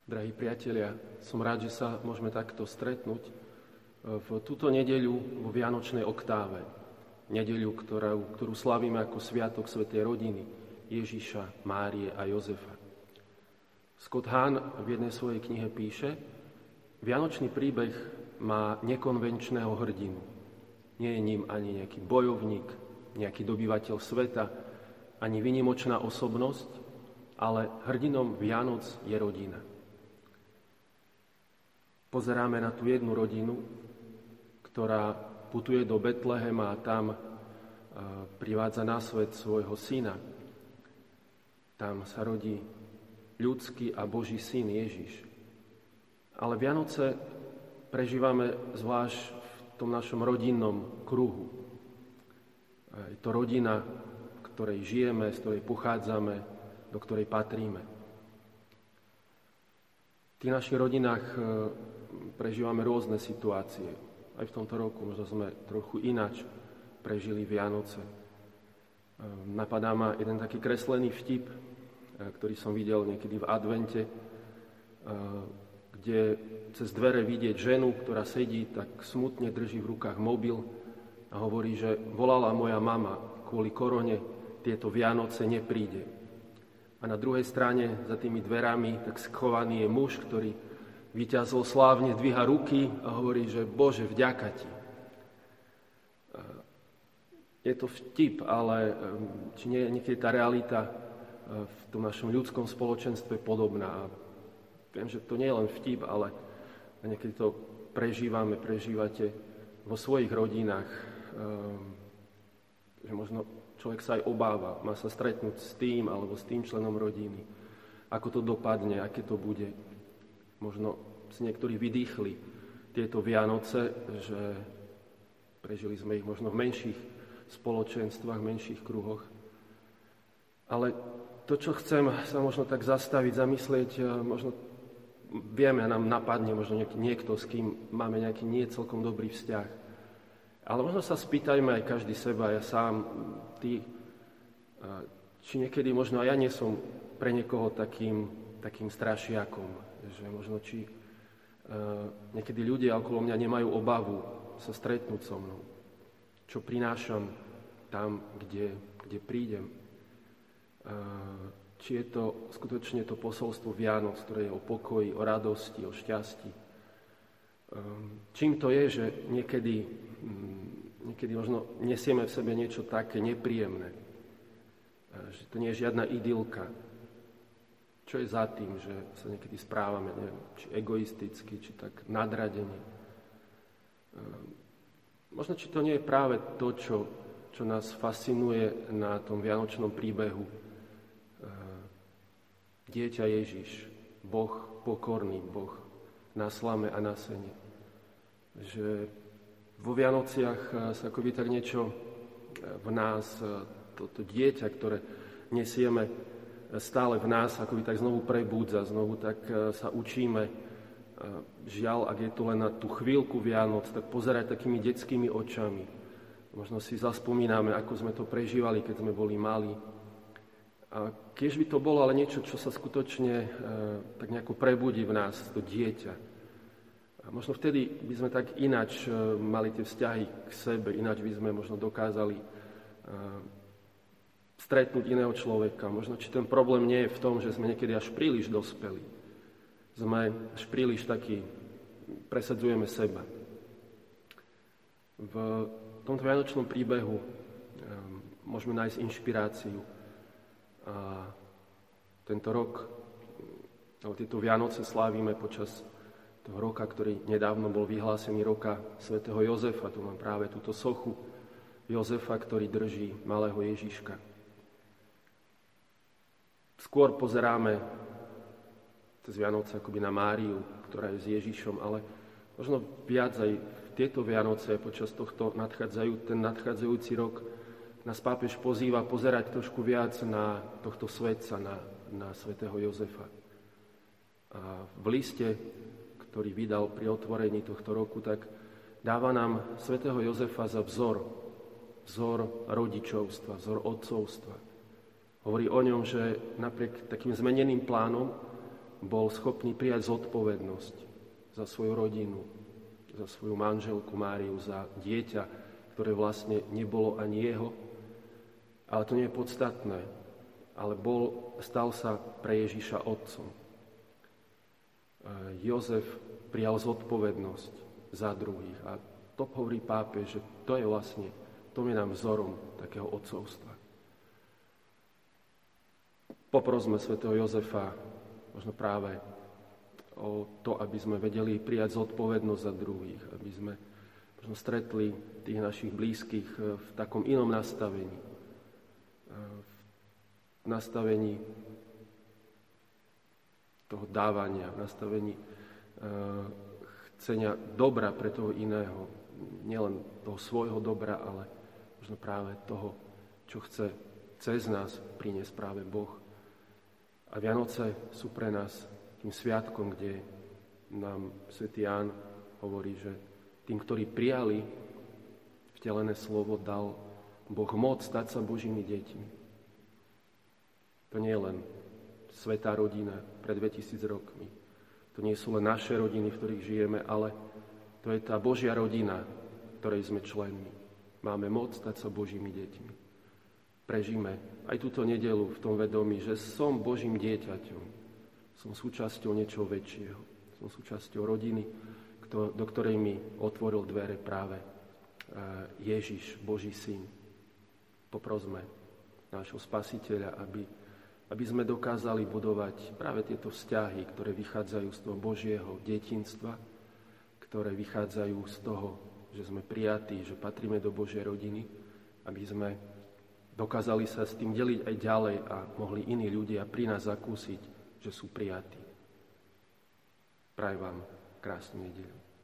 Drahí priatelia, som rád, že sa môžeme takto stretnúť v túto nedeľu vo Vianočnej oktáve. Nedeľu, ktorú slavíme ako sviatok svätej rodiny Ježiša, Márie a Jozefa. Scott Hahn v jednej svojej knihe píše: Vianočný príbeh má nekonvenčného hrdinu. Nie je ním ani nejaký bojovník, nejaký dobyvateľ sveta, ani výnimočná osobnosť, ale hrdinom Vianoc je rodina. Pozeráme na tú jednu rodinu, ktorá putuje do Betlehema a tam privádza na svet svojho syna. Tam sa rodí ľudský a Boží syn Ježiš. Ale Vianoce prežívame zvlášť v tom našom rodinnom kruhu. Je to rodina, v ktorej žijeme, z ktorej pochádzame, do ktorej patríme. V tých našich rodinách prežívame rôzne situácie. Aj v tomto roku možno sme trochu ináč prežili Vianoce. Napadá ma jeden taký kreslený vtip, ktorý som videl niekedy v advente, kde cez dvere vidieť ženu, ktorá sedí, tak smutne drží v rukách mobil a hovorí, že volala moja mama, kvôli korone tieto Vianoce nepríde. A na druhej strane, za tými dverami, tak schovaný je muž, ktorý víťazol slávne, dvíha ruky a hovorí, že Bože, vďaka ti. Je to vtip, ale či nie je niekedy tá realita v tom našom ľudskom spoločenstve podobná. Viem, že to nie je len vtip, ale niekedy to prežívate vo svojich rodinách, že možno človek sa aj obáva, má sa stretnúť s tým alebo s tým členom rodiny. Ako to dopadne, aké to bude. Možno si niektorí vydýchli tieto Vianoce, že prežili sme ich možno v menších spoločenstvách, v menších kruhoch. Ale to, čo chcem sa možno tak zastaviť, zamyslieť, možno vieme, nám napadne možno niekto, s kým máme nejaký nie celkom dobrý vzťah. Ale možno sa spýtajme aj každý seba, ja sám, ty, či niekedy možno aj ja nie som pre niekoho takým strašiakom, že možno či niekedy ľudia okolo mňa nemajú obavu sa stretnúť so mnou. Čo prinášam tam, kde prídem. Či je to skutočne to posolstvo Vianoc, ktoré je o pokoji, o radosti, o šťastí. Čím to je, že niekedy možno nesieme v sebe niečo také nepríjemné. Že to nie je žiadna idylka. Čo je za tým, že sa niekedy správame, neviem, či egoisticky, či tak nadradene. Možno, či to nie je práve to, čo nás fascinuje na tom vianočnom príbehu. Dieťa Ježiš, Boh pokorný, Boh na slame a na sene. Že vo Vianociach sa akoby tak niečo v nás, toto dieťa, ktoré nesieme stále v nás, akoby tak znovu prebúdza, znovu tak sa učíme. Žiaľ, ak je to len na tú chvíľku Vianoc, tak pozerať takými detskými očami. Možno si zaspomíname, ako sme to prežívali, keď sme boli malí. A keď by to bolo ale niečo, čo sa skutočne tak nejako prebudí v nás, to dieťa. A možno vtedy by sme tak ináč mali tie vzťahy k sebe, ináč by sme možno dokázali stretnúť iného človeka. Možno, či ten problém nie je v tom, že sme niekedy až príliš dospeli. Sme až príliš takí, presadzujeme seba. V tomto vianočnom príbehu môžeme nájsť inšpiráciu. A tento rok, alebo tieto Vianoce slávime počas toho roka, ktorý nedávno bol vyhlásený roka svätého Jozefa. Tu mám práve túto sochu Jozefa, ktorý drží malého Ježiška. Skôr pozeráme cez Vianoce akoby na Máriu, ktorá je s Ježišom, ale možno viac aj v tieto Vianoce počas ten nadchádzajúci rok nás pápež pozýva pozerať trošku viac na tohto svetca, na svätého Jozefa. A v liste, ktorý vydal pri otvorení tohto roku, tak dáva nám svätého Jozefa za vzor rodičovstva, vzor otcovstva. Hovorí o ňom, že napriek takým zmeneným plánom bol schopný prijať zodpovednosť za svoju rodinu, za svoju manželku Máriu, za dieťa, ktoré vlastne nebolo ani jeho. Ale to nie je podstatné. Ale stal sa pre Ježiša otcom. Jozef prijal zodpovednosť za druhých. A to hovorí pápež, že to je vlastne, to je nám vzorom takého otcovstva. Poprosme svätého Jozefa možno práve o to, aby sme vedeli prijať zodpovednosť za druhých, aby sme možno stretli tých našich blízkych v takom inom nastavení. V nastavení toho dávania, v nastavení chcenia dobra pre toho iného. Nielen toho svojho dobra, ale možno práve toho, čo chce cez nás priniesť práve Boh. A Vianoce sú pre nás tým sviatkom, kde nám svätý Ján hovorí, že tým, ktorí prijali vtelené slovo, dal Boh moc stať sa Božími deťmi. To nie je len svätá rodina pred 2000 rokmi. To nie sú len naše rodiny, v ktorých žijeme, ale to je tá Božia rodina, ktorej sme členmi. Máme moc stať sa Božími deťmi. Prežíme aj túto nedeľu v tom vedomí, že som Božím dieťaťom. Som súčasťou niečoho väčšieho. Som súčasťou rodiny, do ktorej mi otvoril dvere práve Ježiš, Boží syn. Poprosme nášho Spasiteľa, aby sme dokázali budovať práve tieto vzťahy, ktoré vychádzajú z toho Božieho detinstva, ktoré vychádzajú z toho, že sme prijatí, že patríme do Božej rodiny, aby sme dokázali sa s tým deliť aj ďalej a mohli iní ľudia pri nás zakúsiť, že sú prijatí. Prajem vám krásnu nedeľu.